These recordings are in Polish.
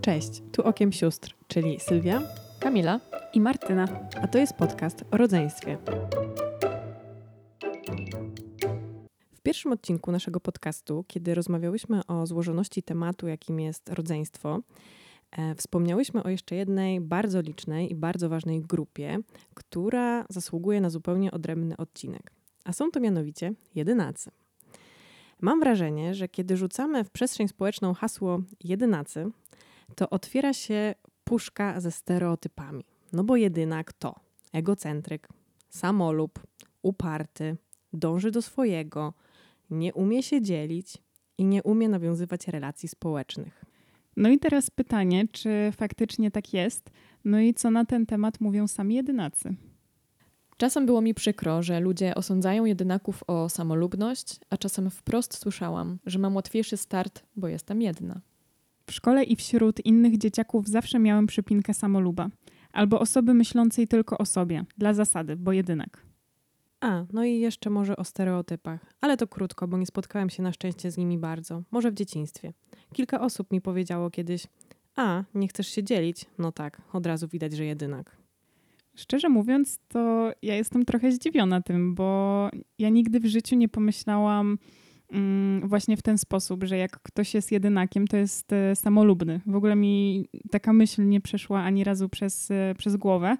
Cześć, tu Okiem Sióstr, czyli Sylwia, Kamila i Martyna. a to jest podcast o rodzeństwie. W pierwszym odcinku naszego podcastu, kiedy rozmawiałyśmy o złożoności tematu, jakim jest rodzeństwo, wspomniałyśmy o jeszcze jednej bardzo licznej i bardzo ważnej grupie, która zasługuje na zupełnie odrębny odcinek. A są to mianowicie jedynacy. Mam wrażenie, że kiedy rzucamy w przestrzeń społeczną hasło jedynacy, to otwiera się puszka ze stereotypami. No bo jedynak to egocentryk, samolub, uparty, dąży do swojego, nie umie się dzielić i nie umie nawiązywać relacji społecznych. No i teraz pytanie, czy faktycznie tak jest? No i co na ten temat mówią sami jedynacy? Czasem było mi przykro, że ludzie osądzają jedynaków o samolubność, a czasem wprost słyszałam, że mam łatwiejszy start, bo jestem jedna. W szkole i wśród innych dzieciaków zawsze miałem przypinkę samoluba. Albo osoby myślącej tylko o sobie, dla zasady, bo jedynak. No i jeszcze może o stereotypach, ale to krótko, bo nie spotkałem się na szczęście z nimi bardzo, może w dzieciństwie. Kilka osób mi powiedziało kiedyś, nie chcesz się dzielić? No tak, od razu widać, że jedynak. Szczerze mówiąc, to ja jestem trochę zdziwiona tym, bo ja nigdy w życiu nie pomyślałam właśnie w ten sposób, że jak ktoś jest jedynakiem, to jest samolubny. W ogóle mi taka myśl nie przeszła ani razu przez głowę,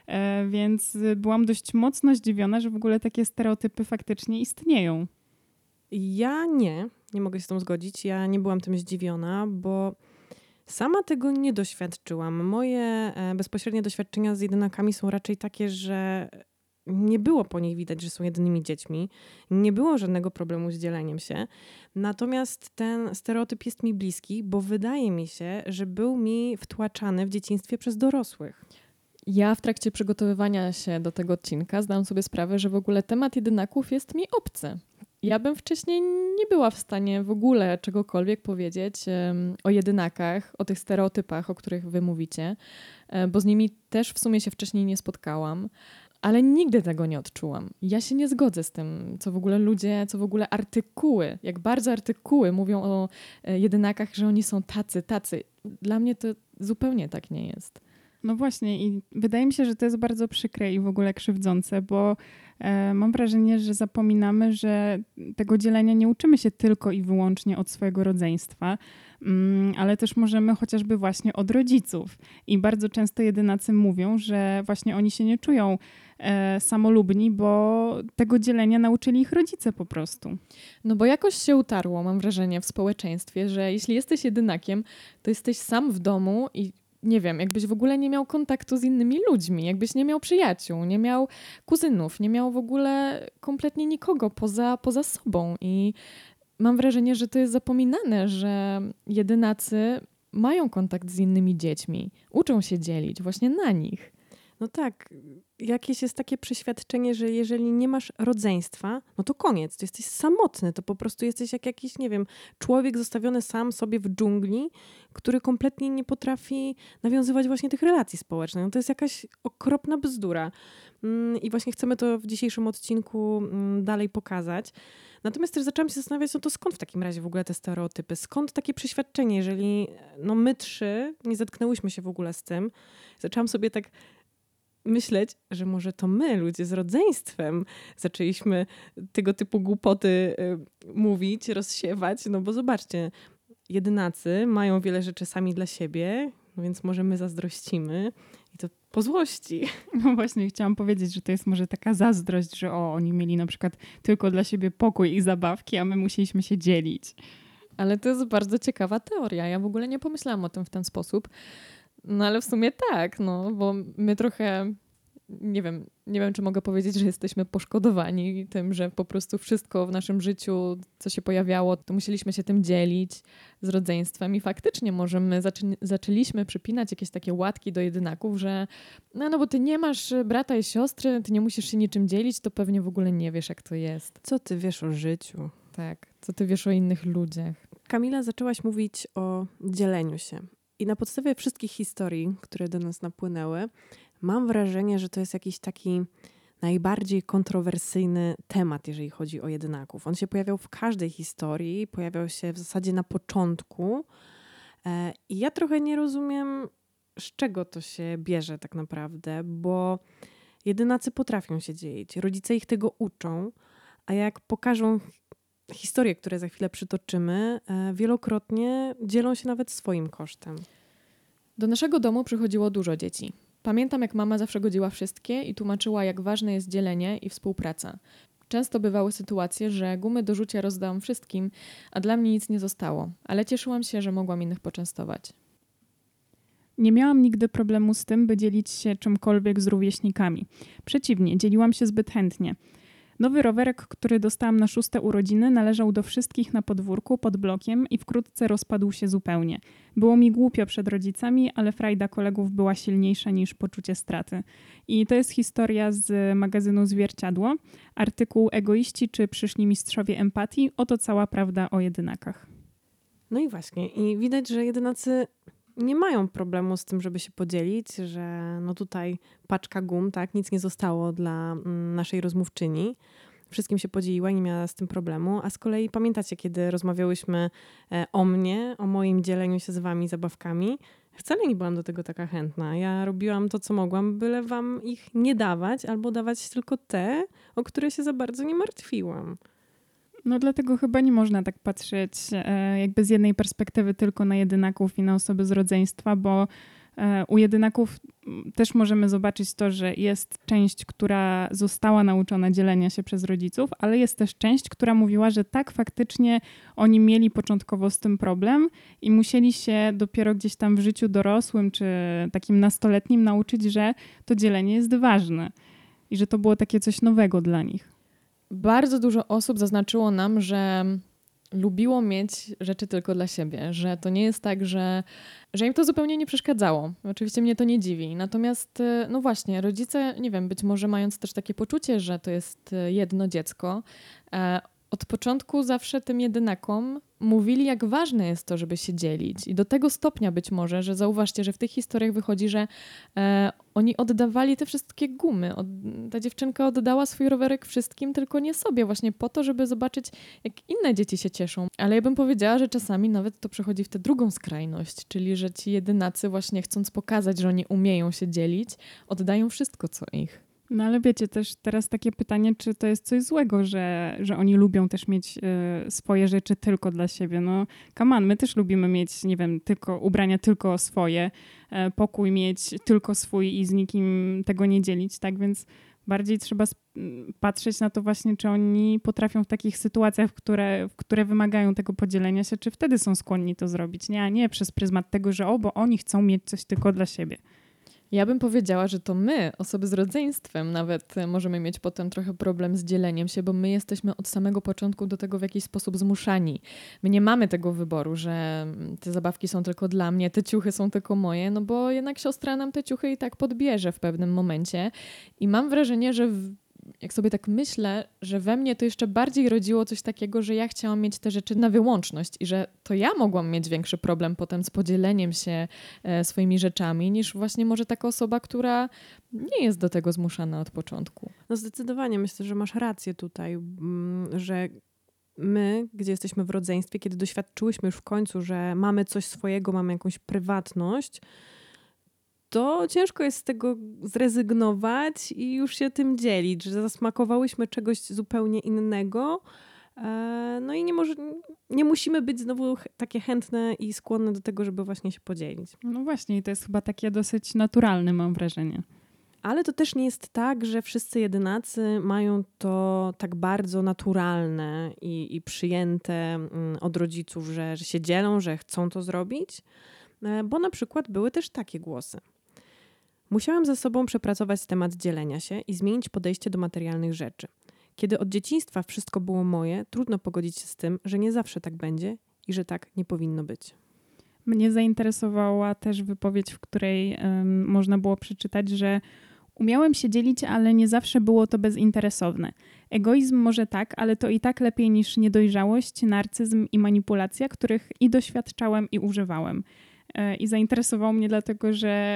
więc byłam dość mocno zdziwiona, że w ogóle takie stereotypy faktycznie istnieją. Ja nie mogę się z tym zgodzić. Ja nie byłam tym zdziwiona, bo sama tego nie doświadczyłam. Moje bezpośrednie doświadczenia z jedynakami są raczej takie, że nie było po nich widać, że są jedynymi dziećmi. Nie było żadnego problemu z dzieleniem się. Natomiast ten stereotyp jest mi bliski, bo wydaje mi się, że był mi wtłaczany w dzieciństwie przez dorosłych. Ja w trakcie przygotowywania się do tego odcinka zdałam sobie sprawę, że w ogóle temat jedynaków jest mi obcy. Ja bym wcześniej nie była w stanie w ogóle czegokolwiek powiedzieć o jedynakach, o tych stereotypach, o których wy mówicie, bo z nimi też w sumie się wcześniej nie spotkałam, ale nigdy tego nie odczułam. Ja się nie zgodzę z tym, co w ogóle ludzie, co w ogóle artykuły, jak bardzo artykuły mówią o jedynakach, że oni są tacy. Dla mnie to zupełnie tak nie jest. No właśnie i wydaje mi się, że to jest bardzo przykre i w ogóle krzywdzące, bo mam wrażenie, że zapominamy, że tego dzielenia nie uczymy się tylko i wyłącznie od swojego rodzeństwa, ale też możemy chociażby właśnie od rodziców. I bardzo często jedynacy mówią, że właśnie oni się nie czują samolubni, bo tego dzielenia nauczyli ich rodzice po prostu. No bo jakoś się utarło, mam wrażenie, w społeczeństwie, że jeśli jesteś jedynakiem, to jesteś sam w domu i nie wiem, jakbyś w ogóle nie miał kontaktu z innymi ludźmi, jakbyś nie miał przyjaciół, nie miał kuzynów, nie miał w ogóle kompletnie nikogo poza sobą. I mam wrażenie, że to jest zapominane, że jedynacy mają kontakt z innymi dziećmi, uczą się dzielić właśnie na nich. No tak, jakieś jest takie przeświadczenie, że jeżeli nie masz rodzeństwa, no to koniec, to jesteś samotny, to po prostu jesteś jak jakiś, nie wiem, człowiek zostawiony sam sobie w dżungli, który kompletnie nie potrafi nawiązywać właśnie tych relacji społecznych. No to jest jakaś okropna bzdura. I właśnie chcemy to w dzisiejszym odcinku dalej pokazać. Natomiast też zaczęłam się zastanawiać, no to skąd w takim razie w ogóle te stereotypy? Skąd takie przeświadczenie, jeżeli my trzy nie zetknęłyśmy się w ogóle z tym? Zaczęłam sobie tak myśleć, że może to my, ludzie z rodzeństwem, zaczęliśmy tego typu głupoty mówić, rozsiewać, no bo zobaczcie, jedynacy mają wiele rzeczy sami dla siebie, więc może my zazdrościmy i to po złości. No właśnie, chciałam powiedzieć, że to jest może taka zazdrość, że oni mieli na przykład tylko dla siebie pokój i zabawki, a my musieliśmy się dzielić. Ale to jest bardzo ciekawa teoria. Ja w ogóle nie pomyślałam o tym w ten sposób. No ale w sumie tak, no bo my trochę, nie wiem, czy mogę powiedzieć, że jesteśmy poszkodowani tym, że po prostu wszystko w naszym życiu, co się pojawiało, to musieliśmy się tym dzielić z rodzeństwem i faktycznie może my zaczęliśmy przypinać jakieś takie łatki do jedynaków, że no bo ty nie masz brata i siostry, ty nie musisz się niczym dzielić, to pewnie w ogóle nie wiesz, jak to jest. Co ty wiesz o życiu? Tak, co ty wiesz o innych ludziach? Kamila, zaczęłaś mówić o dzieleniu się. I na podstawie wszystkich historii, które do nas napłynęły, mam wrażenie, że to jest jakiś taki najbardziej kontrowersyjny temat, jeżeli chodzi o jedynaków. On się pojawiał w każdej historii, pojawiał się w zasadzie na początku I ja trochę nie rozumiem, z czego to się bierze tak naprawdę, bo jedynacy potrafią się dzielić, rodzice ich tego uczą, a jak pokażą historie, które za chwilę przytoczymy, wielokrotnie dzielą się nawet swoim kosztem. Do naszego domu przychodziło dużo dzieci. Pamiętam, jak mama zawsze godziła wszystkie i tłumaczyła, jak ważne jest dzielenie i współpraca. Często bywały sytuacje, że gumy do rzucia rozdałam wszystkim, a dla mnie nic nie zostało, ale cieszyłam się, że mogłam innych poczęstować. Nie miałam nigdy problemu z tym, by dzielić się czymkolwiek z rówieśnikami. Przeciwnie, dzieliłam się zbyt chętnie. Nowy rowerek, który dostałam na 6. urodziny, należał do wszystkich na podwórku pod blokiem i wkrótce rozpadł się zupełnie. Było mi głupio przed rodzicami, ale frajda kolegów była silniejsza niż poczucie straty. I to jest historia z magazynu Zwierciadło. Artykuł Egoiści czy przyszli mistrzowie empatii? Oto cała prawda o jedynakach. No i właśnie, i widać, że jedynacy nie mają problemu z tym, żeby się podzielić, że no tutaj paczka gum, tak, nic nie zostało dla naszej rozmówczyni. Wszystkim się podzieliła i nie miała z tym problemu. A z kolei pamiętacie, kiedy rozmawiałyśmy o mnie, o moim dzieleniu się z wami zabawkami? Wcale nie byłam do tego taka chętna. Ja robiłam to, co mogłam, byle wam ich nie dawać albo dawać tylko te, o które się za bardzo nie martwiłam. No dlatego chyba nie można tak patrzeć jakby z jednej perspektywy tylko na jedynaków i na osoby z rodzeństwa, bo u jedynaków też możemy zobaczyć to, że jest część, która została nauczona dzielenia się przez rodziców, ale jest też część, która mówiła, że tak, faktycznie oni mieli początkowo z tym problem i musieli się dopiero gdzieś tam w życiu dorosłym czy takim nastoletnim nauczyć, że to dzielenie jest ważne i że to było takie coś nowego dla nich. Bardzo dużo osób zaznaczyło nam, że lubiło mieć rzeczy tylko dla siebie, że to nie jest tak, że im to zupełnie nie przeszkadzało. Oczywiście mnie to nie dziwi. Natomiast, no właśnie, rodzice, nie wiem, być może mając też takie poczucie, że to jest jedno dziecko, od początku zawsze tym jedynakom mówili, jak ważne jest to, żeby się dzielić. I do tego stopnia być może, że zauważcie, że w tych historiach wychodzi, że oni oddawali te wszystkie gumy. Ta dziewczynka oddała swój rowerek wszystkim, tylko nie sobie, właśnie po to, żeby zobaczyć, jak inne dzieci się cieszą. Ale ja bym powiedziała, że czasami nawet to przechodzi w tę drugą skrajność, czyli że ci jedynacy właśnie chcąc pokazać, że oni umieją się dzielić, oddają wszystko, co ich. No ale wiecie, też teraz takie pytanie, czy to jest coś złego, że oni lubią też mieć swoje rzeczy tylko dla siebie. No come on, my też lubimy mieć, nie wiem, tylko ubrania tylko swoje, pokój mieć tylko swój i z nikim tego nie dzielić, tak? Więc bardziej trzeba patrzeć na to właśnie, czy oni potrafią w takich sytuacjach, w które wymagają tego podzielenia się, czy wtedy są skłonni to zrobić. Nie, a nie przez pryzmat tego, że bo oni chcą mieć coś tylko dla siebie. Ja bym powiedziała, że to my, osoby z rodzeństwem, nawet możemy mieć potem trochę problem z dzieleniem się, bo my jesteśmy od samego początku do tego w jakiś sposób zmuszani. My nie mamy tego wyboru, że te zabawki są tylko dla mnie, te ciuchy są tylko moje, no bo jednak siostra nam te ciuchy i tak podbierze w pewnym momencie. I mam wrażenie, że jak sobie tak myślę, że we mnie to jeszcze bardziej rodziło coś takiego, że ja chciałam mieć te rzeczy na wyłączność i że to ja mogłam mieć większy problem potem z podzieleniem się swoimi rzeczami, niż właśnie może taka osoba, która nie jest do tego zmuszana od początku. No zdecydowanie myślę, że masz rację tutaj, że my, gdzie jesteśmy w rodzeństwie, kiedy doświadczyłyśmy już w końcu, że mamy coś swojego, mamy jakąś prywatność, to ciężko jest z tego zrezygnować i już się tym dzielić, że zasmakowałyśmy czegoś zupełnie innego. No i nie musimy być znowu takie chętne i skłonne do tego, żeby właśnie się podzielić. No właśnie, i to jest chyba takie dosyć naturalne, mam wrażenie. Ale to też nie jest tak, że wszyscy jedynacy mają to tak bardzo naturalne i przyjęte od rodziców, że się dzielą, że chcą to zrobić, bo na przykład były też takie głosy. Musiałem ze sobą przepracować temat dzielenia się i zmienić podejście do materialnych rzeczy. Kiedy od dzieciństwa wszystko było moje, trudno pogodzić się z tym, że nie zawsze tak będzie i że tak nie powinno być. Mnie zainteresowała też wypowiedź, w której można było przeczytać, że umiałem się dzielić, ale nie zawsze było to bezinteresowne. Egoizm może tak, ale to i tak lepiej niż niedojrzałość, narcyzm i manipulacja, których i doświadczałem, i używałem. I zainteresowało mnie dlatego, że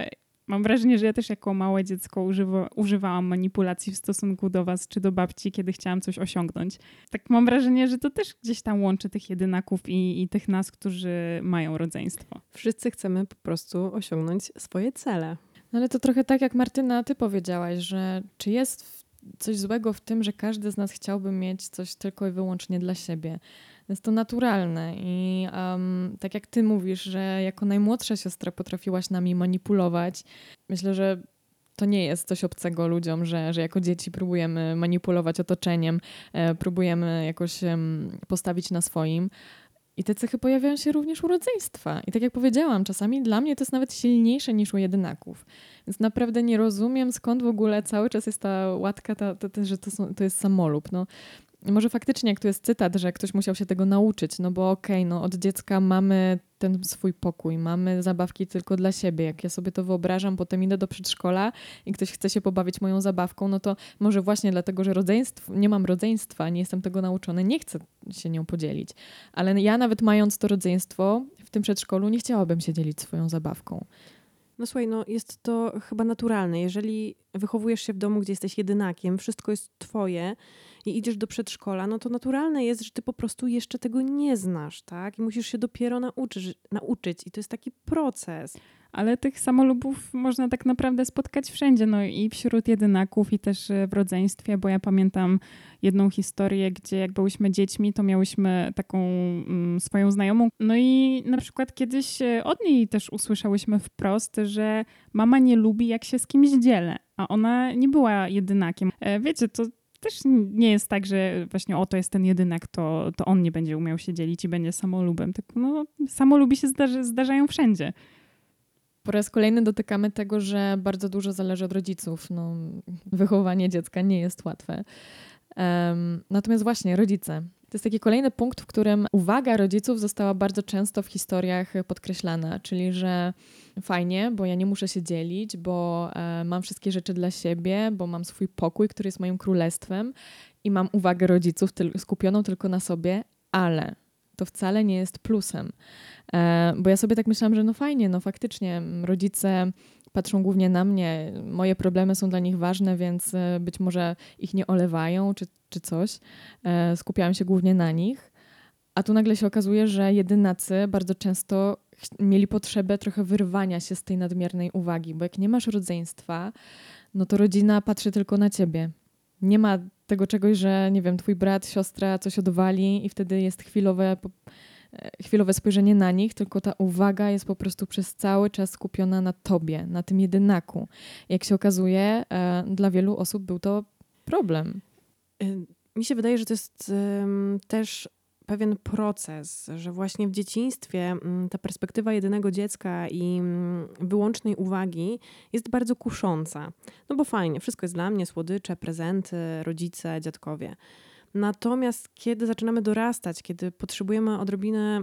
Mam wrażenie, że ja też jako małe dziecko używałam manipulacji w stosunku do was czy do babci, kiedy chciałam coś osiągnąć. Tak mam wrażenie, że to też gdzieś tam łączy tych jedynaków i tych nas, którzy mają rodzeństwo. Wszyscy chcemy po prostu osiągnąć swoje cele. No ale to trochę tak jak Martyna, ty powiedziałaś, że czy jest coś złego w tym, że każdy z nas chciałby mieć coś tylko i wyłącznie dla siebie. Jest to naturalne i tak jak ty mówisz, że jako najmłodsza siostra potrafiłaś nami manipulować, myślę, że to nie jest coś obcego ludziom, że jako dzieci próbujemy manipulować otoczeniem, próbujemy jakoś postawić na swoim. I te cechy pojawiają się również u rodzeństwa. I tak jak powiedziałam, czasami dla mnie to jest nawet silniejsze niż u jedynaków. Więc naprawdę nie rozumiem, skąd w ogóle cały czas jest ta łatka, że to jest samolub. No, może faktycznie, jak tu jest cytat, że ktoś musiał się tego nauczyć, no bo okej, no od dziecka mamy ten swój pokój, mamy zabawki tylko dla siebie. Jak ja sobie to wyobrażam, potem idę do przedszkola i ktoś chce się pobawić moją zabawką, no to może właśnie dlatego, że nie mam rodzeństwa, nie jestem tego nauczony, nie chcę się nią podzielić. Ale ja nawet mając to rodzeństwo w tym przedszkolu nie chciałabym się dzielić swoją zabawką. No słuchaj, no jest to chyba naturalne. Jeżeli wychowujesz się w domu, gdzie jesteś jedynakiem, wszystko jest twoje i idziesz do przedszkola, no to naturalne jest, że ty po prostu jeszcze tego nie znasz, tak? I musisz się dopiero nauczyć. I to jest taki proces. Ale tych samolubów można tak naprawdę spotkać wszędzie, no i wśród jedynaków i też w rodzeństwie, bo ja pamiętam jedną historię, gdzie jak byłyśmy dziećmi, to miałyśmy taką swoją znajomą. No i na przykład kiedyś od niej też usłyszałyśmy wprost, że mama nie lubi, jak się z kimś dzielę, a ona nie była jedynakiem. Wiecie, to też nie jest tak, że właśnie to jest ten jedynak, to on nie będzie umiał się dzielić i będzie samolubem. Tak, no, samolubi się zdarzają wszędzie. Po raz kolejny dotykamy tego, że bardzo dużo zależy od rodziców. No, wychowanie dziecka nie jest łatwe. Natomiast właśnie rodzice. To jest taki kolejny punkt, w którym uwaga rodziców została bardzo często w historiach podkreślana, czyli że fajnie, bo ja nie muszę się dzielić, bo mam wszystkie rzeczy dla siebie, bo mam swój pokój, który jest moim królestwem i mam uwagę rodziców skupioną tylko na sobie, ale to wcale nie jest plusem. Bo ja sobie tak myślałam, że no fajnie, no faktycznie rodzice patrzą głównie na mnie, moje problemy są dla nich ważne, więc być może ich nie olewają czy coś. Skupiałam się głównie na nich. A tu nagle się okazuje, że jedynacy bardzo często mieli potrzebę trochę wyrwania się z tej nadmiernej uwagi, bo jak nie masz rodzeństwa, no to rodzina patrzy tylko na ciebie. Nie ma tego czegoś, że nie wiem, twój brat, siostra coś odwali i wtedy jest chwilowe spojrzenie na nich, tylko ta uwaga jest po prostu przez cały czas skupiona na tobie, na tym jedynaku. Jak się okazuje, dla wielu osób był to problem. Mi się wydaje, że to jest też pewien proces, że właśnie w dzieciństwie ta perspektywa jedynego dziecka i wyłącznej uwagi jest bardzo kusząca. No bo fajnie, wszystko jest dla mnie, słodycze, prezenty, rodzice, dziadkowie. Natomiast kiedy zaczynamy dorastać, kiedy potrzebujemy odrobinę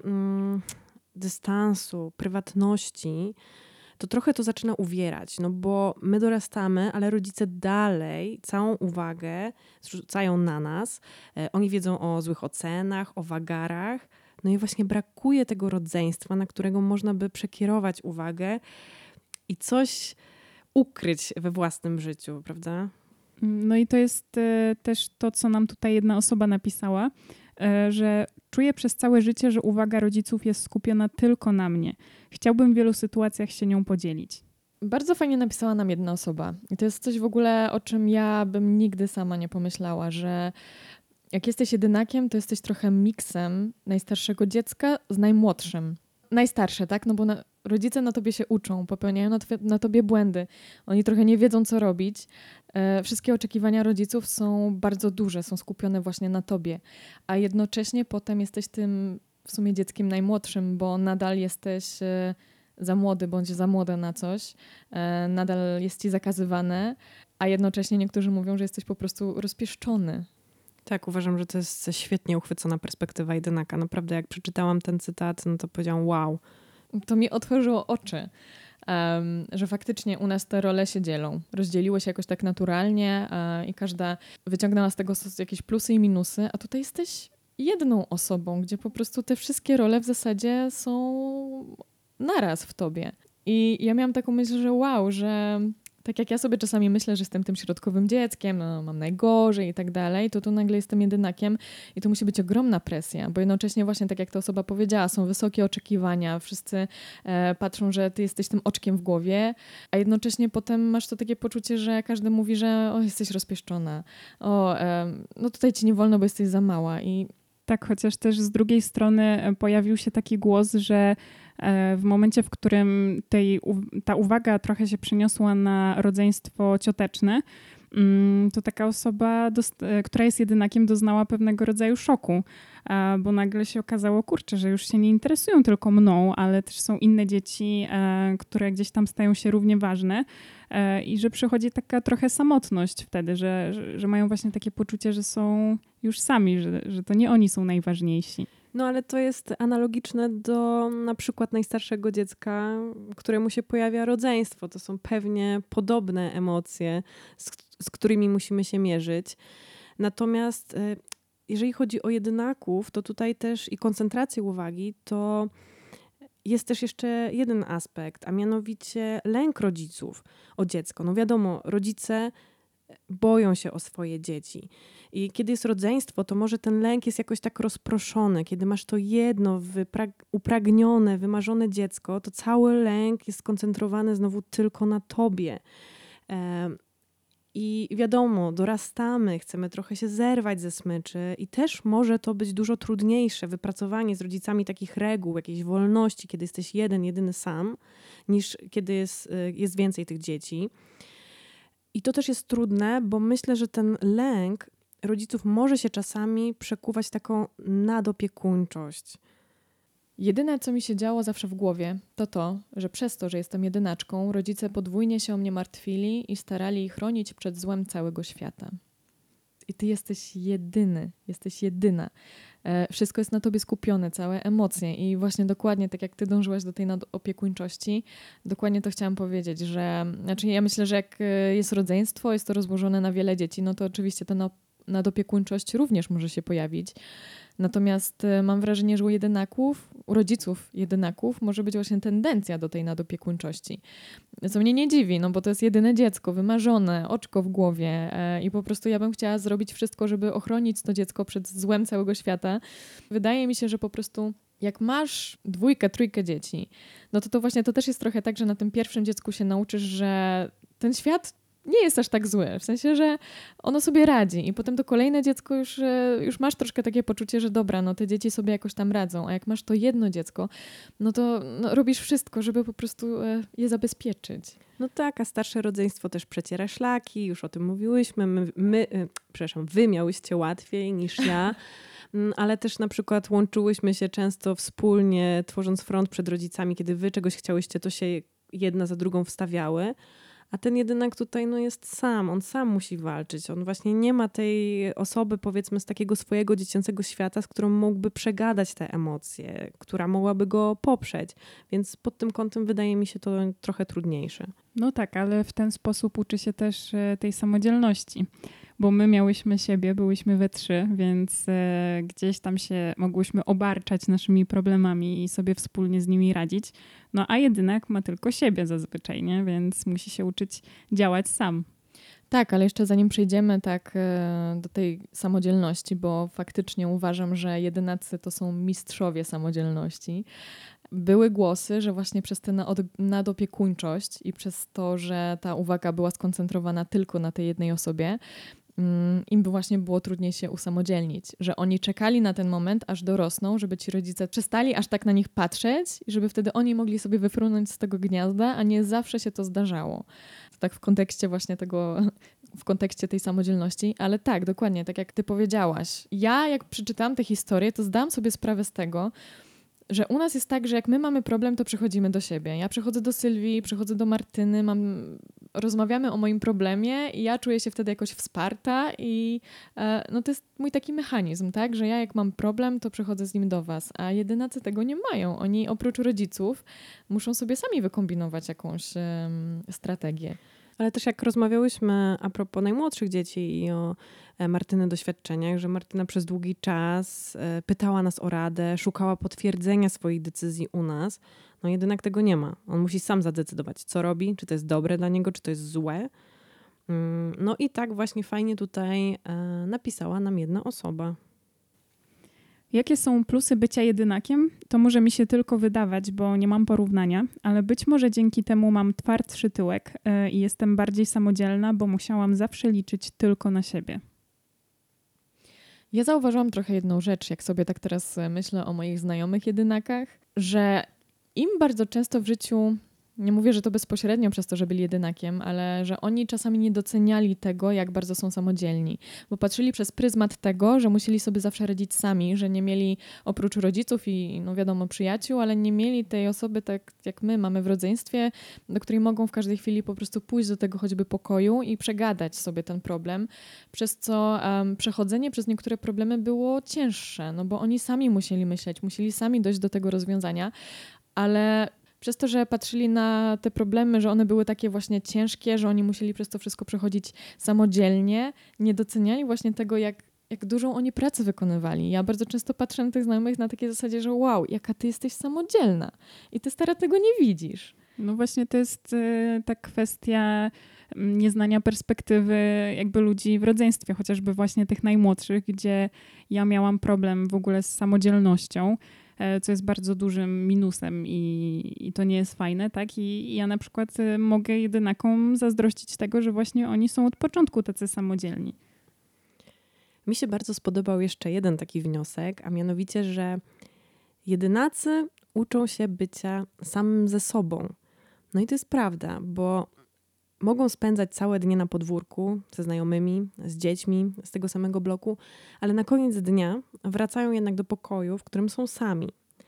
dystansu, prywatności, to trochę to zaczyna uwierać, no bo my dorastamy, ale rodzice dalej całą uwagę zrzucają na nas. Oni wiedzą o złych ocenach, o wagarach. No i właśnie brakuje tego rodzeństwa, na którego można by przekierować uwagę i coś ukryć we własnym życiu, prawda? No i to jest też to, co nam tutaj jedna osoba napisała, że czuję przez całe życie, że uwaga rodziców jest skupiona tylko na mnie. Chciałbym w wielu sytuacjach się nią podzielić. Bardzo fajnie napisała nam jedna osoba. I to jest coś w ogóle, o czym ja bym nigdy sama nie pomyślała, że jak jesteś jedynakiem, to jesteś trochę miksem najstarszego dziecka z najmłodszym. Najstarsze, tak? No bo rodzice na tobie się uczą, popełniają na tobie błędy. Oni trochę nie wiedzą, co robić. Wszystkie oczekiwania rodziców są bardzo duże, są skupione właśnie na tobie. A jednocześnie potem jesteś tym w sumie dzieckiem najmłodszym, bo nadal jesteś za młody bądź za młoda na coś. Nadal jest ci zakazywane, a jednocześnie niektórzy mówią, że jesteś po prostu rozpieszczony. Tak, uważam, że to jest świetnie uchwycona perspektywa jedynaka. Naprawdę jak przeczytałam ten cytat, no to powiedziałam wow. To mi otworzyło oczy, że faktycznie u nas te role się dzielą. Rozdzieliły się jakoś tak naturalnie i każda wyciągnęła z tego jakieś plusy i minusy, a tutaj jesteś jedną osobą, gdzie po prostu te wszystkie role w zasadzie są naraz w tobie. I ja miałam taką myśl, że wow, że tak jak ja sobie czasami myślę, że jestem tym środkowym dzieckiem, no, mam najgorzej i tak dalej, to tu nagle jestem jedynakiem i to musi być ogromna presja, bo jednocześnie właśnie tak jak ta osoba powiedziała, są wysokie oczekiwania, wszyscy patrzą, że ty jesteś tym oczkiem w głowie, a jednocześnie potem masz to takie poczucie, że każdy mówi, że jesteś rozpieszczona, no tutaj ci nie wolno, bo jesteś za mała i tak, chociaż też z drugiej strony pojawił się taki głos, że w momencie, w którym ta uwaga trochę się przeniosła na rodzeństwo cioteczne, to taka osoba, która jest jedynakiem, doznała pewnego rodzaju szoku, bo nagle się okazało, kurczę, że już się nie interesują tylko mną, ale też są inne dzieci, które gdzieś tam stają się równie ważne i że przychodzi taka trochę samotność wtedy, że mają właśnie takie poczucie, że są już sami, że to nie oni są najważniejsi. No ale to jest analogiczne do na przykład najstarszego dziecka, któremu się pojawia rodzeństwo. To są pewnie podobne emocje, z którymi musimy się mierzyć. Natomiast jeżeli chodzi o jedynaków, to tutaj też i koncentrację uwagi, to jest też jeszcze jeden aspekt, a mianowicie lęk rodziców o dziecko. No wiadomo, rodzice boją się o swoje dzieci. I kiedy jest rodzeństwo, to może ten lęk jest jakoś tak rozproszony. Kiedy masz to jedno upragnione, wymarzone dziecko, to cały lęk jest skoncentrowany znowu tylko na tobie. I wiadomo, dorastamy, chcemy trochę się zerwać ze smyczy i też może to być dużo trudniejsze, wypracowanie z rodzicami takich reguł, jakiejś wolności, kiedy jesteś jedyny sam, niż kiedy jest więcej tych dzieci. I to też jest trudne, bo myślę, że ten lęk rodziców może się czasami przekuwać w taką nadopiekuńczość. Jedyne, co mi się działo zawsze w głowie, to, że przez to, że jestem jedynaczką, rodzice podwójnie się o mnie martwili i starali chronić przed złem całego świata. I ty jesteś jedyny, jesteś jedyna. Wszystko jest na tobie skupione, całe emocje i właśnie dokładnie tak jak ty dążyłaś do tej nadopiekuńczości, dokładnie to chciałam powiedzieć, że znaczy ja myślę, że jak jest rodzeństwo, jest to rozłożone na wiele dzieci, no to oczywiście ta nadopiekuńczość również może się pojawić. Natomiast mam wrażenie, że u rodziców jedynaków może być właśnie tendencja do tej nadopiekuńczości. Co mnie nie dziwi, no bo to jest jedyne dziecko, wymarzone, oczko w głowie i po prostu ja bym chciała zrobić wszystko, żeby ochronić to dziecko przed złem całego świata. Wydaje mi się, że po prostu jak masz 2, 3 dzieci, no to właśnie to też jest trochę tak, że na tym pierwszym dziecku się nauczysz, że ten świat nie jest aż tak zły, w sensie, że ono sobie radzi i potem to kolejne dziecko już masz troszkę takie poczucie, że dobra, no te dzieci sobie jakoś tam radzą, a jak masz to jedno dziecko, no to robisz wszystko, żeby po prostu je zabezpieczyć. No tak, a starsze rodzeństwo też przeciera szlaki, już o tym mówiłyśmy, wy miałyście łatwiej niż ja, ale też na przykład łączyłyśmy się często wspólnie, tworząc front przed rodzicami, kiedy wy czegoś chciałyście, to się jedna za drugą wstawiały. A ten jedynak tutaj jest sam, on sam musi walczyć. On właśnie nie ma tej osoby, powiedzmy, z takiego swojego dziecięcego świata, z którą mógłby przegadać te emocje, która mogłaby go poprzeć. Więc pod tym kątem wydaje mi się to trochę trudniejsze. No tak, ale w ten sposób uczy się też tej samodzielności. Bo my miałyśmy siebie, byłyśmy we 3, więc gdzieś tam się mogłyśmy obarczać naszymi problemami i sobie wspólnie z nimi radzić. No a jedynak ma tylko siebie zazwyczaj, nie? Więc musi się uczyć działać sam. Tak, ale jeszcze zanim przejdziemy do tej samodzielności, bo faktycznie uważam, że jedynacy to są mistrzowie samodzielności. Były głosy, że właśnie przez tę nadopiekuńczość i przez to, że ta uwaga była skoncentrowana tylko na tej jednej osobie, im by właśnie było trudniej się usamodzielnić, że oni czekali na ten moment, aż dorosną, żeby ci rodzice przestali aż tak na nich patrzeć i żeby wtedy oni mogli sobie wyfrunąć z tego gniazda, a nie zawsze się to zdarzało. Tak w kontekście właśnie w kontekście tej samodzielności, ale tak, dokładnie, tak jak ty powiedziałaś. Ja jak przeczytałam tę historię, to zdałam sobie sprawę z tego, że u nas jest tak, że jak my mamy problem, to przychodzimy do siebie. Ja przychodzę do Sylwii, przychodzę do Martyny, rozmawiamy o moim problemie i ja czuję się wtedy jakoś wsparta i to jest mój taki mechanizm, tak, że ja jak mam problem, to przychodzę z nim do was, a jedynacy tego nie mają. Oni oprócz rodziców muszą sobie sami wykombinować jakąś strategię. Ale też jak rozmawiałyśmy a propos najmłodszych dzieci i o Martyny doświadczeniach, że Martyna przez długi czas pytała nas o radę, szukała potwierdzenia swoich decyzji u nas, no jednak tego nie ma. On musi sam zadecydować, co robi, czy to jest dobre dla niego, czy to jest złe. No i tak właśnie fajnie tutaj napisała nam jedna osoba. Jakie są plusy bycia jedynakiem? To może mi się tylko wydawać, bo nie mam porównania, ale być może dzięki temu mam twardszy tyłek i jestem bardziej samodzielna, bo musiałam zawsze liczyć tylko na siebie. Ja zauważyłam trochę jedną rzecz, jak sobie tak teraz myślę o moich znajomych jedynakach, że im bardzo często w życiu, nie mówię, że to bezpośrednio przez to, że byli jedynakiem, ale że oni czasami nie doceniali tego, jak bardzo są samodzielni, bo patrzyli przez pryzmat tego, że musieli sobie zawsze radzić sami, że nie mieli oprócz rodziców i no wiadomo przyjaciół, ale nie mieli tej osoby tak jak my mamy w rodzeństwie, do której mogą w każdej chwili po prostu pójść do tego choćby pokoju i przegadać sobie ten problem, przez co przechodzenie przez niektóre problemy było cięższe, no bo oni sami musieli myśleć, musieli sami dojść do tego rozwiązania, ale przez to, że patrzyli na te problemy, że one były takie właśnie ciężkie, że oni musieli przez to wszystko przechodzić samodzielnie, nie doceniali właśnie tego, jak dużą oni pracę wykonywali. Ja bardzo często patrzę na tych znajomych na takiej zasadzie, że wow, jaka ty jesteś samodzielna i ty stara tego nie widzisz. No właśnie to jest ta kwestia nieznania perspektywy jakby ludzi w rodzeństwie, chociażby właśnie tych najmłodszych, gdzie ja miałam problem w ogóle z samodzielnością, co jest bardzo dużym minusem i to nie jest fajne, tak? I ja na przykład mogę jedynakom zazdrościć tego, że właśnie oni są od początku tacy samodzielni. Mi się bardzo spodobał jeszcze jeden taki wniosek, a mianowicie, że jedynacy uczą się bycia samym ze sobą. No i to jest prawda, bo mogą spędzać całe dnie na podwórku ze znajomymi, z dziećmi z tego samego bloku, ale na koniec dnia wracają jednak do pokoju, w którym są sami.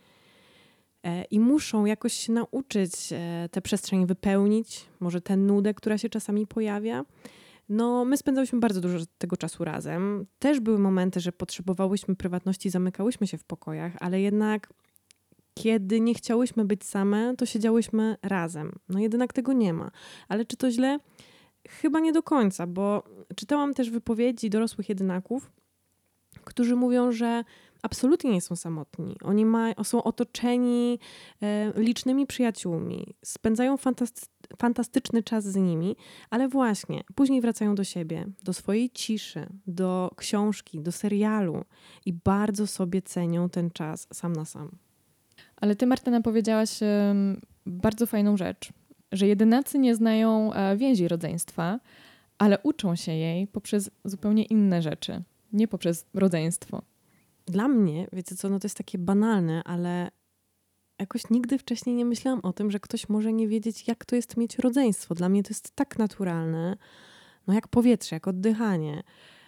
I muszą jakoś się nauczyć tę przestrzeń wypełnić, może tę nudę, która się czasami pojawia. No, my spędzałyśmy bardzo dużo tego czasu razem. Też były momenty, że potrzebowałyśmy prywatności, zamykałyśmy się w pokojach, ale jednak kiedy nie chciałyśmy być same, to siedziałyśmy razem. No jednak tego nie ma. Ale czy to źle? Chyba nie do końca, bo czytałam też wypowiedzi dorosłych jedynaków, którzy mówią, że absolutnie nie są samotni. Oni są otoczeni licznymi przyjaciółmi, spędzają fantastyczny czas z nimi, ale właśnie później wracają do siebie, do swojej ciszy, do książki, do serialu i bardzo sobie cenią ten czas sam na sam. Ale ty, Martyna, powiedziałaś bardzo fajną rzecz, że jedynacy nie znają więzi rodzeństwa, ale uczą się jej poprzez zupełnie inne rzeczy, nie poprzez rodzeństwo. Dla mnie, wiecie co, no to jest takie banalne, ale jakoś nigdy wcześniej nie myślałam o tym, że ktoś może nie wiedzieć, jak to jest mieć rodzeństwo. Dla mnie to jest tak naturalne, no jak powietrze, jak oddychanie.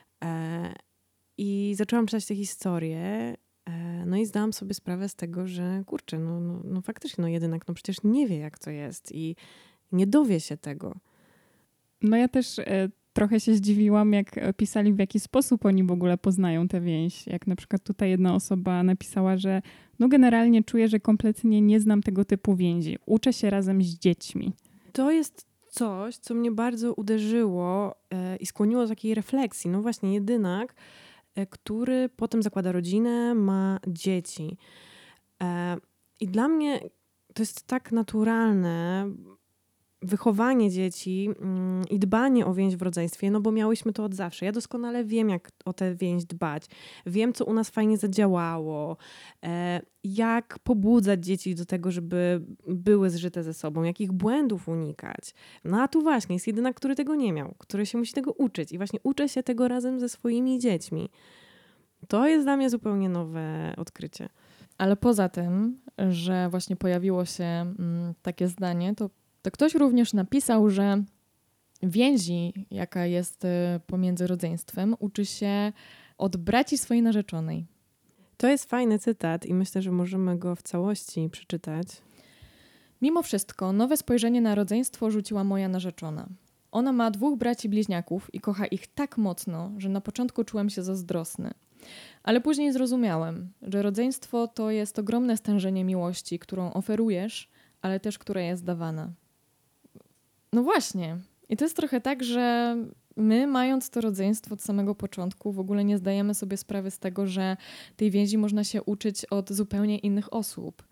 I zaczęłam czytać te historie, no i zdałam sobie sprawę z tego, że kurczę, no faktycznie, no jednak no przecież nie wie, jak to jest i nie dowie się tego. No ja też trochę się zdziwiłam, jak pisali, w jaki sposób oni w ogóle poznają tę więź. Jak na przykład tutaj jedna osoba napisała, że no generalnie czuję, że kompletnie nie znam tego typu więzi. Uczę się razem z dziećmi. To jest coś, co mnie bardzo uderzyło i skłoniło do takiej refleksji. No właśnie, jedynak, który potem zakłada rodzinę, ma dzieci. I dla mnie to jest tak naturalne wychowanie dzieci i dbanie o więź w rodzeństwie, no bo miałyśmy to od zawsze. Ja doskonale wiem, jak o tę więź dbać. Wiem, co u nas fajnie zadziałało, jak pobudzać dzieci do tego, żeby były zżyte ze sobą, jakich błędów unikać. No a tu właśnie jest jedynak, który tego nie miał, który się musi tego uczyć i właśnie uczę się tego razem ze swoimi dziećmi. To jest dla mnie zupełnie nowe odkrycie. Ale poza tym, że właśnie pojawiło się takie zdanie, to ktoś również napisał, że więzi, jaka jest pomiędzy rodzeństwem, uczy się od braci swojej narzeczonej. To jest fajny cytat i myślę, że możemy go w całości przeczytać. Mimo wszystko nowe spojrzenie na rodzeństwo rzuciła moja narzeczona. Ona ma 2 braci bliźniaków i kocha ich tak mocno, że na początku czułem się zazdrosny. Ale później zrozumiałem, że rodzeństwo to jest ogromne stężenie miłości, którą oferujesz, ale też która jest dawana. No właśnie, I to jest trochę tak, że my, mając to rodzeństwo od samego początku, w ogóle nie zdajemy sobie sprawy z tego, że tej więzi można się uczyć od zupełnie innych osób.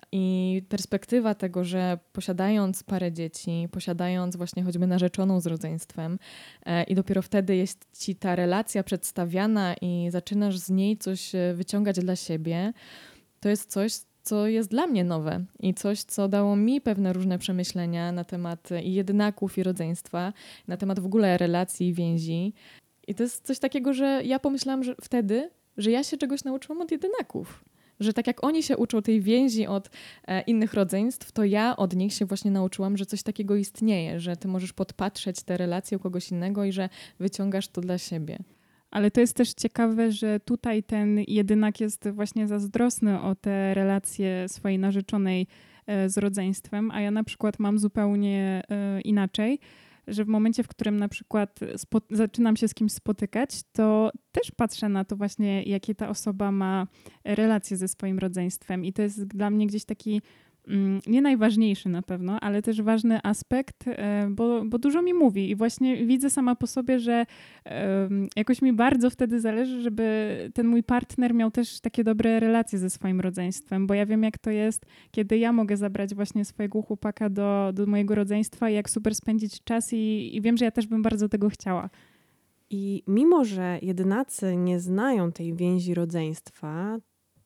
I perspektywa tego, że posiadając parę dzieci, posiadając właśnie choćby narzeczoną z rodzeństwem i dopiero wtedy jest ci ta relacja przedstawiana i zaczynasz z niej coś wyciągać dla siebie, to jest coś, co jest dla mnie nowe i coś, co dało mi pewne różne przemyślenia na temat i jedynaków, i rodzeństwa, na temat w ogóle relacji i więzi. I to jest coś takiego, że ja pomyślałam, że wtedy, że ja się czegoś nauczyłam od jedynaków. Że tak jak oni się uczą tej więzi od innych rodzeństw, to ja od nich się właśnie nauczyłam, że coś takiego istnieje, że ty możesz podpatrzeć te relacje u kogoś innego i że wyciągasz to dla siebie. Ale to jest też ciekawe, że tutaj ten jedynak jest właśnie zazdrosny o te relacje swojej narzeczonej z rodzeństwem, a ja na przykład mam zupełnie inaczej, że w momencie, w którym na przykład zaczynam się z kimś spotykać, to też patrzę na to właśnie, jakie ta osoba ma relacje ze swoim rodzeństwem i to jest dla mnie gdzieś taki nie najważniejszy na pewno, ale też ważny aspekt, bo dużo mi mówi i właśnie widzę sama po sobie, że jakoś mi bardzo wtedy zależy, żeby ten mój partner miał też takie dobre relacje ze swoim rodzeństwem, bo ja wiem, jak to jest, kiedy ja mogę zabrać właśnie swojego chłopaka do mojego rodzeństwa i jak super spędzić czas i wiem, że ja też bym bardzo tego chciała. I mimo, że jedynacy nie znają tej więzi rodzeństwa,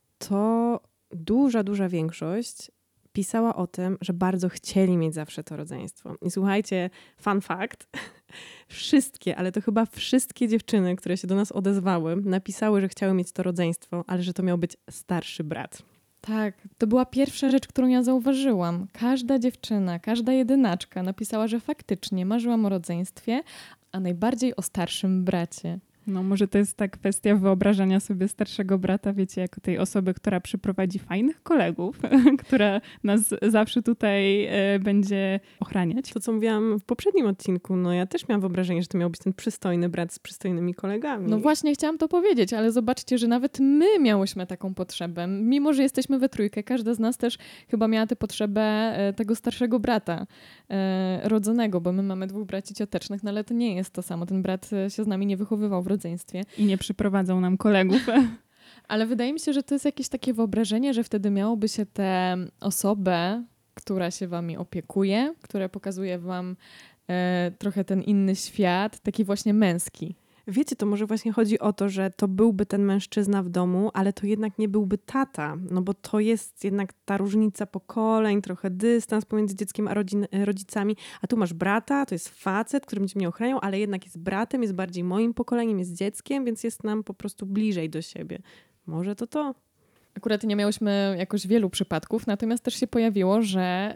to duża większość pisała o tym, że bardzo chcieli mieć zawsze to rodzeństwo. I słuchajcie, fun fact, wszystkie, ale to chyba wszystkie dziewczyny, które się do nas odezwały, napisały, że chciały mieć to rodzeństwo, ale że to miał być starszy brat. Tak, to była pierwsza rzecz, którą ja zauważyłam. Każda dziewczyna, każda jedynaczka napisała, że faktycznie marzyłam o rodzeństwie, a najbardziej o starszym bracie. No może to jest ta kwestia wyobrażania sobie starszego brata, wiecie, jako tej osoby, która przyprowadzi fajnych kolegów, która nas zawsze tutaj będzie ochraniać. To, co mówiłam w poprzednim odcinku, no ja też miałam wyobrażenie, że to miał być ten przystojny brat z przystojnymi kolegami. No właśnie chciałam to powiedzieć, ale zobaczcie, że nawet my miałyśmy taką potrzebę. Mimo, że jesteśmy we trójkę, każda z nas też chyba miała tę potrzebę tego starszego brata rodzonego, bo my mamy 2 braci ciotecznych, no ale to nie jest to samo. Ten brat się z nami nie wychowywał w rodzeństwie. I nie przyprowadzą nam kolegów. Ale wydaje mi się, że to jest jakieś takie wyobrażenie, że wtedy miałoby się tę osobę, która się wami opiekuje, która pokazuje wam trochę ten inny świat, taki właśnie męski. Wiecie, to może właśnie chodzi o to, że to byłby ten mężczyzna w domu, ale to jednak nie byłby tata, no bo to jest jednak ta różnica pokoleń, trochę dystans pomiędzy dzieckiem a rodzicami, a tu masz brata, to jest facet, który będzie mnie ochraniał, ale jednak jest bratem, jest bardziej moim pokoleniem, jest dzieckiem, więc jest nam po prostu bliżej do siebie. Może to? Akurat nie miałyśmy jakoś wielu przypadków, natomiast też się pojawiło, że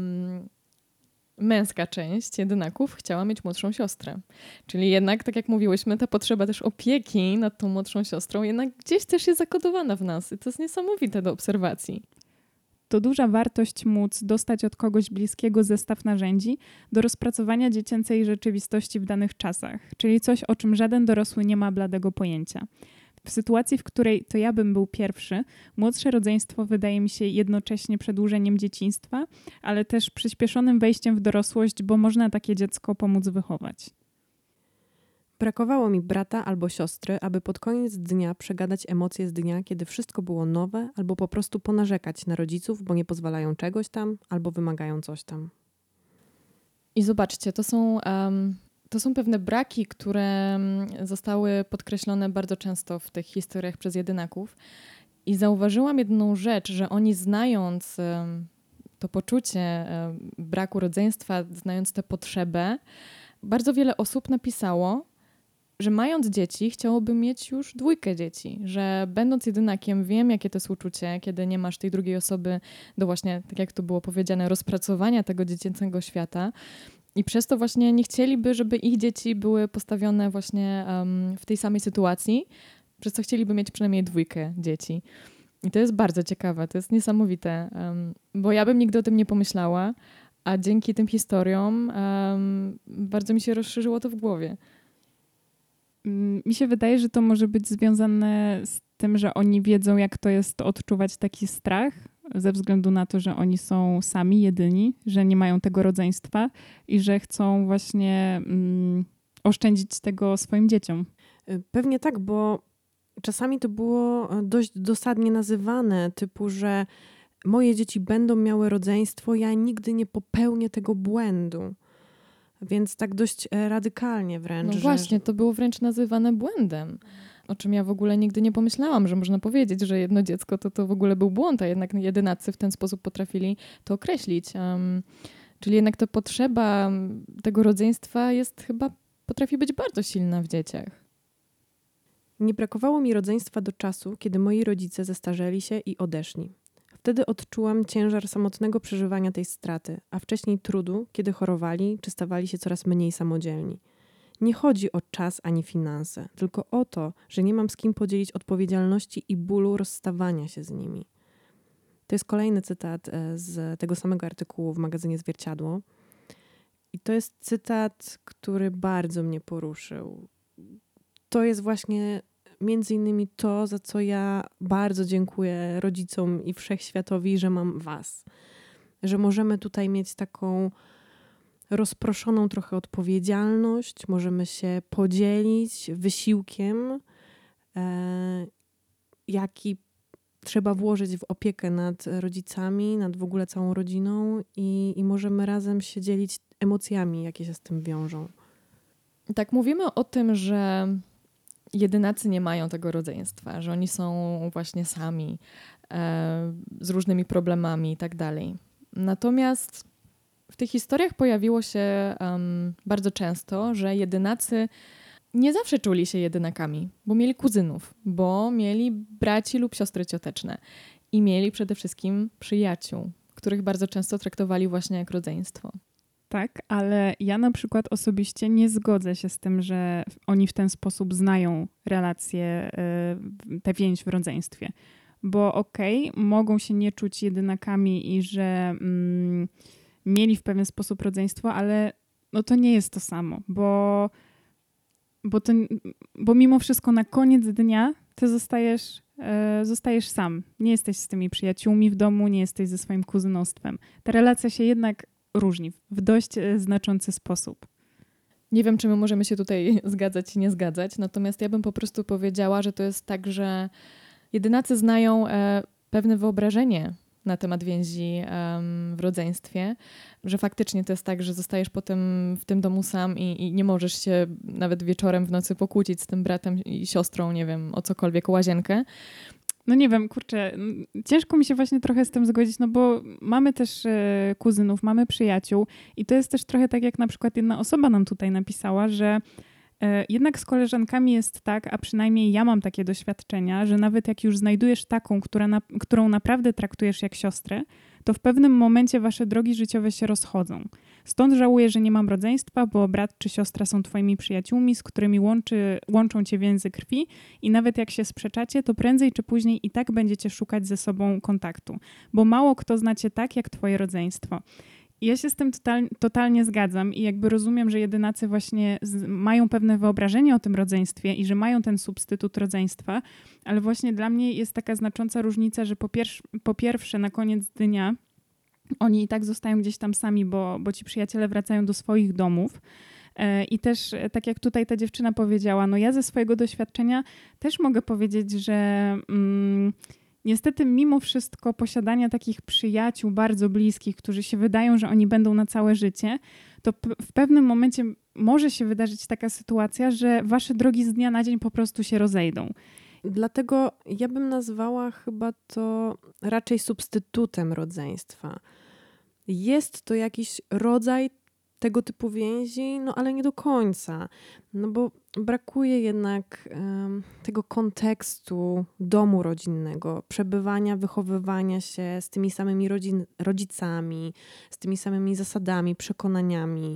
męska część jedynaków chciała mieć młodszą siostrę. Czyli jednak, tak jak mówiłyśmy, ta potrzeba też opieki nad tą młodszą siostrą jednak gdzieś też jest zakodowana w nas i to jest niesamowite do obserwacji. To duża wartość móc dostać od kogoś bliskiego zestaw narzędzi do rozpracowania dziecięcej rzeczywistości w danych czasach, czyli coś, o czym żaden dorosły nie ma bladego pojęcia. W sytuacji, w której to ja bym był pierwszy, młodsze rodzeństwo wydaje mi się jednocześnie przedłużeniem dzieciństwa, ale też przyspieszonym wejściem w dorosłość, bo można takie dziecko pomóc wychować. Brakowało mi brata albo siostry, aby pod koniec dnia przegadać emocje z dnia, kiedy wszystko było nowe, albo po prostu ponarzekać na rodziców, bo nie pozwalają czegoś tam, albo wymagają coś tam. I zobaczcie, to są pewne braki, które zostały podkreślone bardzo często w tych historiach przez jedynaków. I zauważyłam jedną rzecz, że oni znając to poczucie braku rodzeństwa, znając tę potrzebę, bardzo wiele osób napisało, że mając dzieci, chciałoby mieć już 2 dzieci, że będąc jedynakiem wiem, jakie to jest uczucie, kiedy nie masz tej drugiej osoby do właśnie, tak jak to było powiedziane, rozpracowania tego dziecięcego świata. I przez to właśnie nie chcieliby, żeby ich dzieci były postawione właśnie w tej samej sytuacji, przez co chcieliby mieć przynajmniej 2 dzieci. I to jest bardzo ciekawe, to jest niesamowite, bo ja bym nigdy o tym nie pomyślała, a dzięki tym historiom bardzo mi się rozszerzyło to w głowie. Mi się wydaje, że to może być związane z tym, że oni wiedzą, jak to jest odczuwać taki strach, ze względu na to, że oni są sami, jedyni, że nie mają tego rodzeństwa i że chcą właśnie oszczędzić tego swoim dzieciom. Pewnie tak, bo czasami to było dość dosadnie nazywane, typu, że moje dzieci będą miały rodzeństwo, ja nigdy nie popełnię tego błędu. Więc tak dość radykalnie wręcz. No właśnie, to było wręcz nazywane błędem. O czym ja w ogóle nigdy nie pomyślałam, że można powiedzieć, że jedno dziecko to w ogóle był błąd, a jednak jedynacy w ten sposób potrafili to określić. Czyli jednak ta potrzeba tego rodzeństwa potrafi być bardzo silna w dzieciach. Nie brakowało mi rodzeństwa do czasu, kiedy moi rodzice zestarzeli się i odeszli. Wtedy odczułam ciężar samotnego przeżywania tej straty, a wcześniej trudu, kiedy chorowali czy stawali się coraz mniej samodzielni. Nie chodzi o czas ani finanse, tylko o to, że nie mam z kim podzielić odpowiedzialności i bólu rozstawania się z nimi. To jest kolejny cytat z tego samego artykułu w magazynie Zwierciadło. I to jest cytat, który bardzo mnie poruszył. To jest właśnie między innymi to, za co ja bardzo dziękuję rodzicom i wszechświatowi, że mam was. Że możemy tutaj mieć taką rozproszoną trochę odpowiedzialność, możemy się podzielić wysiłkiem, jaki trzeba włożyć w opiekę nad rodzicami, nad w ogóle całą rodziną i możemy razem się dzielić emocjami, jakie się z tym wiążą. Tak, mówimy o tym, że jedynacy nie mają tego rodzeństwa, że oni są właśnie sami, z różnymi problemami i tak dalej. Natomiast w tych historiach pojawiło się bardzo często, że jedynacy nie zawsze czuli się jedynakami, bo mieli kuzynów, bo mieli braci lub siostry cioteczne i mieli przede wszystkim przyjaciół, których bardzo często traktowali właśnie jak rodzeństwo. Tak, ale ja na przykład osobiście nie zgodzę się z tym, że oni w ten sposób znają relacje, tę więź w rodzeństwie. Bo mogą się nie czuć jedynakami i że mieli w pewien sposób rodzeństwo, ale no to nie jest to samo, bo mimo wszystko na koniec dnia ty zostajesz sam. Nie jesteś z tymi przyjaciółmi w domu, nie jesteś ze swoim kuzynostwem. Ta relacja się jednak różni w dość znaczący sposób. Nie wiem, czy my możemy się tutaj zgadzać i nie zgadzać, natomiast ja bym po prostu powiedziała, że to jest tak, że jedynacy znają pewne wyobrażenie na temat więzi w rodzeństwie, że faktycznie to jest tak, że zostajesz potem w tym domu sam i nie możesz się nawet wieczorem w nocy pokłócić z tym bratem i siostrą, nie wiem, o cokolwiek, o łazienkę. No nie wiem, kurczę, ciężko mi się właśnie trochę z tym zgodzić, no bo mamy też kuzynów, mamy przyjaciół i to jest też trochę tak, jak na przykład jedna osoba nam tutaj napisała, że jednak z koleżankami jest tak, a przynajmniej ja mam takie doświadczenia, że nawet jak już znajdujesz taką, którą naprawdę traktujesz jak siostrę, to w pewnym momencie wasze drogi życiowe się rozchodzą. Stąd żałuję, że nie mam rodzeństwa, bo brat czy siostra są twoimi przyjaciółmi, z którymi łączą cię więzy krwi i nawet jak się sprzeczacie, to prędzej czy później i tak będziecie szukać ze sobą kontaktu, bo mało kto zna cię tak, jak twoje rodzeństwo. I ja się z tym totalnie zgadzam i jakby rozumiem, że jedynacy właśnie mają pewne wyobrażenie o tym rodzeństwie i że mają ten substytut rodzeństwa, ale właśnie dla mnie jest taka znacząca różnica, że po pierwsze na koniec dnia oni i tak zostają gdzieś tam sami, bo ci przyjaciele wracają do swoich domów. I też, tak jak tutaj ta dziewczyna powiedziała, no ja ze swojego doświadczenia też mogę powiedzieć, że niestety mimo wszystko posiadania takich przyjaciół bardzo bliskich, którzy się wydają, że oni będą na całe życie, to w pewnym momencie może się wydarzyć taka sytuacja, że wasze drogi z dnia na dzień po prostu się rozejdą. Dlatego ja bym nazwała chyba to raczej substytutem rodzeństwa. Jest to jakiś rodzaj tego typu więzi, no ale nie do końca. No bo brakuje jednak tego kontekstu domu rodzinnego, przebywania, wychowywania się z tymi samymi rodzicami, z tymi samymi zasadami, przekonaniami,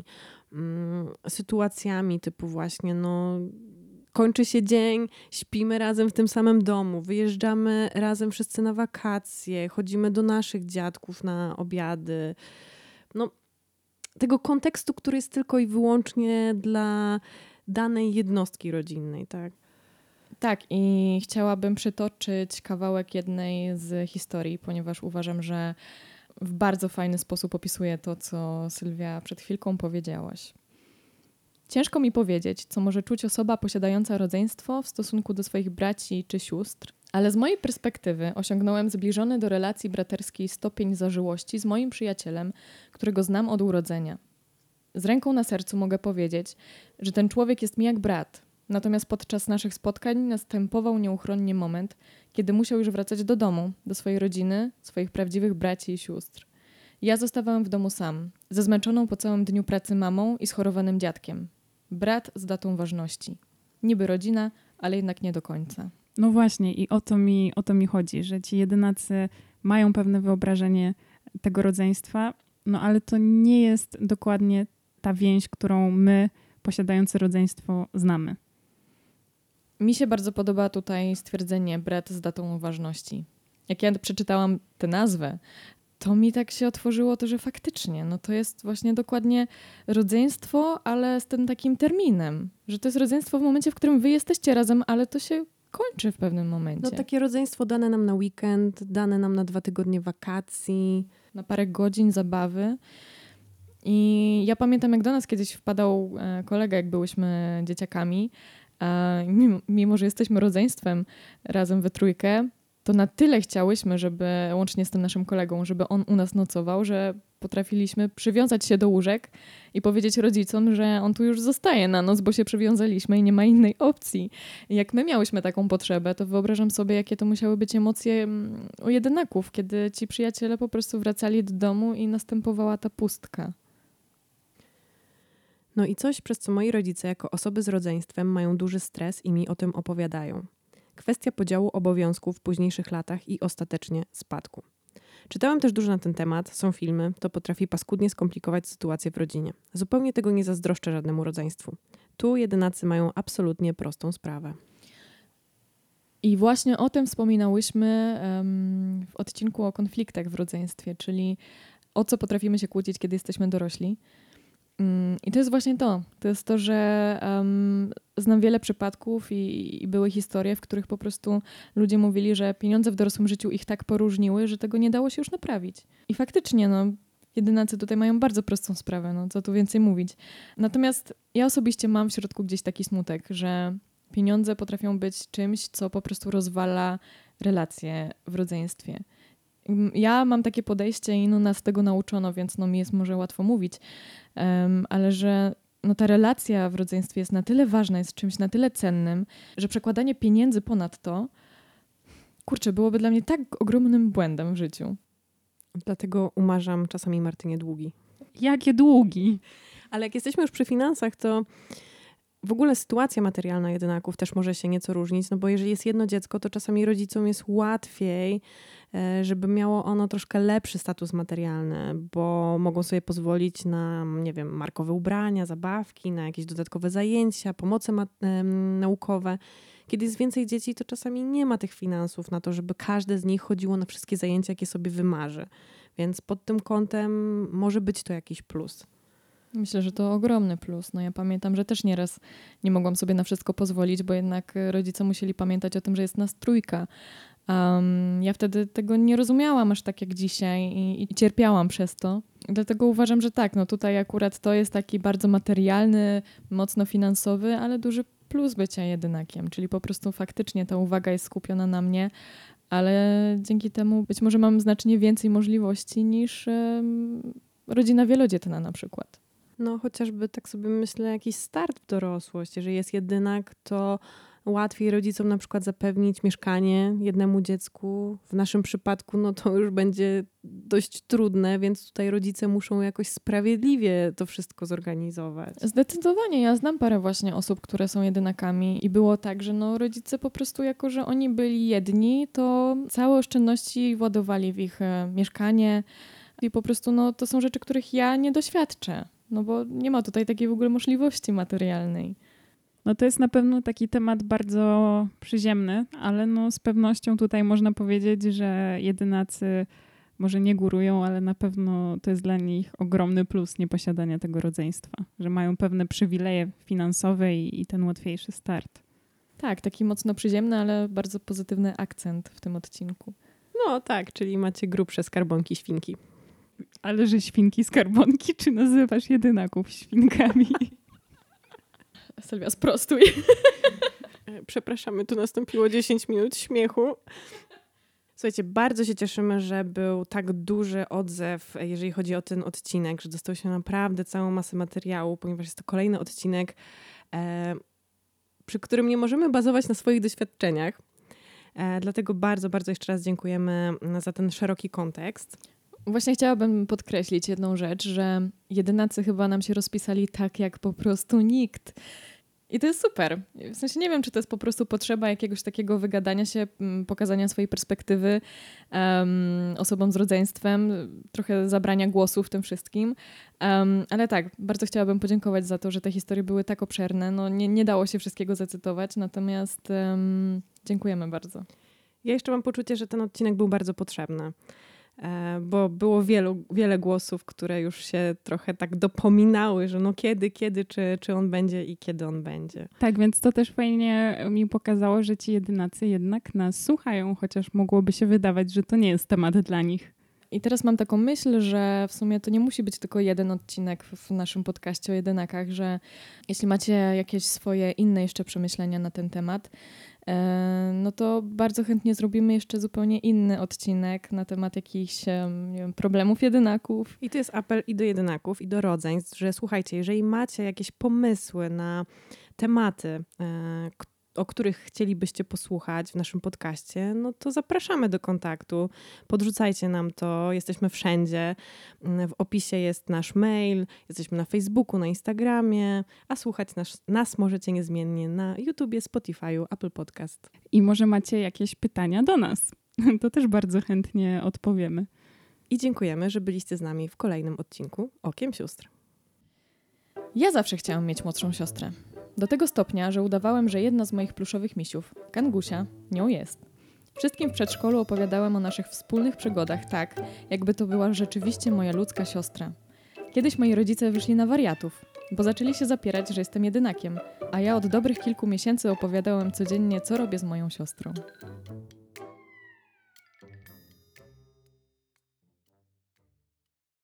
sytuacjami typu właśnie, no kończy się dzień, śpimy razem w tym samym domu, wyjeżdżamy razem wszyscy na wakacje, chodzimy do naszych dziadków na obiady. No, tego kontekstu, który jest tylko i wyłącznie dla danej jednostki rodzinnej, tak? Tak, i chciałabym przytoczyć kawałek jednej z historii, ponieważ uważam, że w bardzo fajny sposób opisuje to, co Sylwia przed chwilką powiedziałaś. Ciężko mi powiedzieć, co może czuć osoba posiadająca rodzeństwo w stosunku do swoich braci czy sióstr, ale z mojej perspektywy osiągnąłem zbliżony do relacji braterskiej stopień zażyłości z moim przyjacielem, którego znam od urodzenia. Z ręką na sercu mogę powiedzieć, że ten człowiek jest mi jak brat, natomiast podczas naszych spotkań następował nieuchronnie moment, kiedy musiał już wracać do domu, do swojej rodziny, swoich prawdziwych braci i sióstr. Ja zostawałem w domu sam, ze zmęczoną po całym dniu pracy mamą i schorowanym dziadkiem. Brat z datą ważności. Niby rodzina, ale jednak nie do końca. No właśnie i o to mi chodzi, że ci jedynacy mają pewne wyobrażenie tego rodzeństwa, no ale to nie jest dokładnie ta więź, którą my, posiadający rodzeństwo, znamy. Mi się bardzo podoba tutaj stwierdzenie brat z datą ważności. Jak ja przeczytałam tę nazwę, to mi tak się otworzyło to, że faktycznie, no to jest właśnie dokładnie rodzeństwo, ale z tym takim terminem, że to jest rodzeństwo w momencie, w którym wy jesteście razem, ale to się kończy w pewnym momencie. No takie rodzeństwo dane nam na weekend, dane nam na 2 tygodnie wakacji. Na parę godzin zabawy. I ja pamiętam, jak do nas kiedyś wpadał kolega, jak byłyśmy dzieciakami, mimo że jesteśmy rodzeństwem razem we trójkę, to na tyle chciałyśmy, żeby łącznie z tym naszym kolegą, żeby on u nas nocował, że potrafiliśmy przywiązać się do łóżek i powiedzieć rodzicom, że on tu już zostaje na noc, bo się przywiązaliśmy i nie ma innej opcji. I jak my miałyśmy taką potrzebę, to wyobrażam sobie, jakie to musiały być emocje u jedynaków, kiedy ci przyjaciele po prostu wracali do domu i następowała ta pustka. No i coś, przez co moi rodzice jako osoby z rodzeństwem mają duży stres i mi o tym opowiadają. Kwestia podziału obowiązków w późniejszych latach i ostatecznie spadku. Czytałam też dużo na ten temat, są filmy, to potrafi paskudnie skomplikować sytuację w rodzinie. Zupełnie tego nie zazdroszczę żadnemu rodzeństwu. Tu jedynacy mają absolutnie prostą sprawę. I właśnie o tym wspominałyśmy w odcinku o konfliktach w rodzeństwie, czyli o co potrafimy się kłócić, kiedy jesteśmy dorośli. I to jest właśnie to. To jest to, że znam wiele przypadków i były historie, w których po prostu ludzie mówili, że pieniądze w dorosłym życiu ich tak poróżniły, że tego nie dało się już naprawić. I faktycznie, no, jedynacy tutaj mają bardzo prostą sprawę, no co tu więcej mówić. Natomiast ja osobiście mam w środku gdzieś taki smutek, że pieniądze potrafią być czymś, co po prostu rozwala relacje w rodzeństwie. Ja mam takie podejście i no nas tego nauczono, więc no mi jest może łatwo mówić, ale że no ta relacja w rodzeństwie jest na tyle ważna, jest czymś na tyle cennym, że przekładanie pieniędzy ponad to, kurczę, byłoby dla mnie tak ogromnym błędem w życiu. Dlatego umarzam czasami Martynie długi. Jakie długi? Ale jak jesteśmy już przy finansach, to w ogóle sytuacja materialna jedynaków też może się nieco różnić, no bo jeżeli jest jedno dziecko, to czasami rodzicom jest łatwiej, żeby miało ono troszkę lepszy status materialny, bo mogą sobie pozwolić na, nie wiem, markowe ubrania, zabawki, na jakieś dodatkowe zajęcia, pomoce naukowe. Kiedy jest więcej dzieci, to czasami nie ma tych finansów na to, żeby każde z nich chodziło na wszystkie zajęcia, jakie sobie wymarzy. Więc pod tym kątem może być to jakiś plus. Myślę, że to ogromny plus. No ja pamiętam, że też nieraz nie mogłam sobie na wszystko pozwolić, bo jednak rodzice musieli pamiętać o tym, że jest nas trójka. Ja wtedy tego nie rozumiałam aż tak jak dzisiaj i cierpiałam przez to. Dlatego uważam, że tak, no tutaj akurat to jest taki bardzo materialny, mocno finansowy, ale duży plus bycia jedynakiem, czyli po prostu faktycznie ta uwaga jest skupiona na mnie, ale dzięki temu być może mam znacznie więcej możliwości niż rodzina wielodzietna na przykład. No chociażby tak sobie myślę, jakiś start w dorosłość. Jeżeli jest jedynak, to łatwiej rodzicom na przykład zapewnić mieszkanie jednemu dziecku. W naszym przypadku no to już będzie dość trudne, więc tutaj rodzice muszą jakoś sprawiedliwie to wszystko zorganizować. Zdecydowanie. Ja znam parę właśnie osób, które są jedynakami i było tak, że no rodzice po prostu jako, że oni byli jedni, to całe oszczędności władowali w ich mieszkanie i po prostu no to są rzeczy, których ja nie doświadczę. No bo nie ma tutaj takiej w ogóle możliwości materialnej. No to jest na pewno taki temat bardzo przyziemny, ale no z pewnością tutaj można powiedzieć, że jedynacy może nie górują, ale na pewno to jest dla nich ogromny plus nieposiadania tego rodzeństwa, że mają pewne przywileje finansowe i ten łatwiejszy start. Tak, taki mocno przyziemny, ale bardzo pozytywny akcent w tym odcinku. No tak, czyli macie grubsze skarbonki świnki. Ale że świnki skarbonki, czy nazywasz jedynaków świnkami? Sylwia, sprostuj. Przepraszamy, tu nastąpiło 10 minut śmiechu. Słuchajcie, bardzo się cieszymy, że był tak duży odzew, jeżeli chodzi o ten odcinek, że dostał się naprawdę całą masę materiału, ponieważ jest to kolejny odcinek, przy którym nie możemy bazować na swoich doświadczeniach. Dlatego bardzo, bardzo jeszcze raz dziękujemy za ten szeroki kontekst. Właśnie chciałabym podkreślić jedną rzecz, że jedynacy chyba nam się rozpisali tak, jak po prostu nikt. I to jest super. W sensie nie wiem, czy to jest po prostu potrzeba jakiegoś takiego wygadania się, pokazania swojej perspektywy osobom z rodzeństwem, trochę zabrania głosu w tym wszystkim. Ale tak, bardzo chciałabym podziękować za to, że te historie były tak obszerne. No, nie dało się wszystkiego zacytować, natomiast dziękujemy bardzo. Ja jeszcze mam poczucie, że ten odcinek był bardzo potrzebny. Bo było wiele głosów, które już się trochę tak dopominały, że no kiedy, czy on będzie i kiedy on będzie. Tak, więc to też fajnie mi pokazało, że ci jedynacy jednak nas słuchają, chociaż mogłoby się wydawać, że to nie jest temat dla nich. I teraz mam taką myśl, że w sumie to nie musi być tylko jeden odcinek w naszym podcaście o jedynakach, że jeśli macie jakieś swoje inne jeszcze przemyślenia na ten temat, no to bardzo chętnie zrobimy jeszcze zupełnie inny odcinek na temat jakichś nie wiem, problemów jedynaków. I to jest apel i do jedynaków, i do rodzeństw, że słuchajcie, jeżeli macie jakieś pomysły na tematy, o których chcielibyście posłuchać w naszym podcaście, no to zapraszamy do kontaktu. Podrzucajcie nam to, jesteśmy wszędzie. W opisie jest nasz mail, jesteśmy na Facebooku, na Instagramie, a słuchać nas możecie niezmiennie na YouTubie, Spotify'u, Apple Podcast. I może macie jakieś pytania do nas. To też bardzo chętnie odpowiemy. I dziękujemy, że byliście z nami w kolejnym odcinku Okiem Sióstr. Ja zawsze chciałam mieć młodszą siostrę. Do tego stopnia, że udawałem, że jedna z moich pluszowych misiów, Kangusia, nią jest. Wszystkim w przedszkolu opowiadałem o naszych wspólnych przygodach tak, jakby to była rzeczywiście moja ludzka siostra. Kiedyś moi rodzice wyszli na wariatów, bo zaczęli się zapierać, że jestem jedynakiem, a ja od dobrych kilku miesięcy opowiadałem codziennie, co robię z moją siostrą.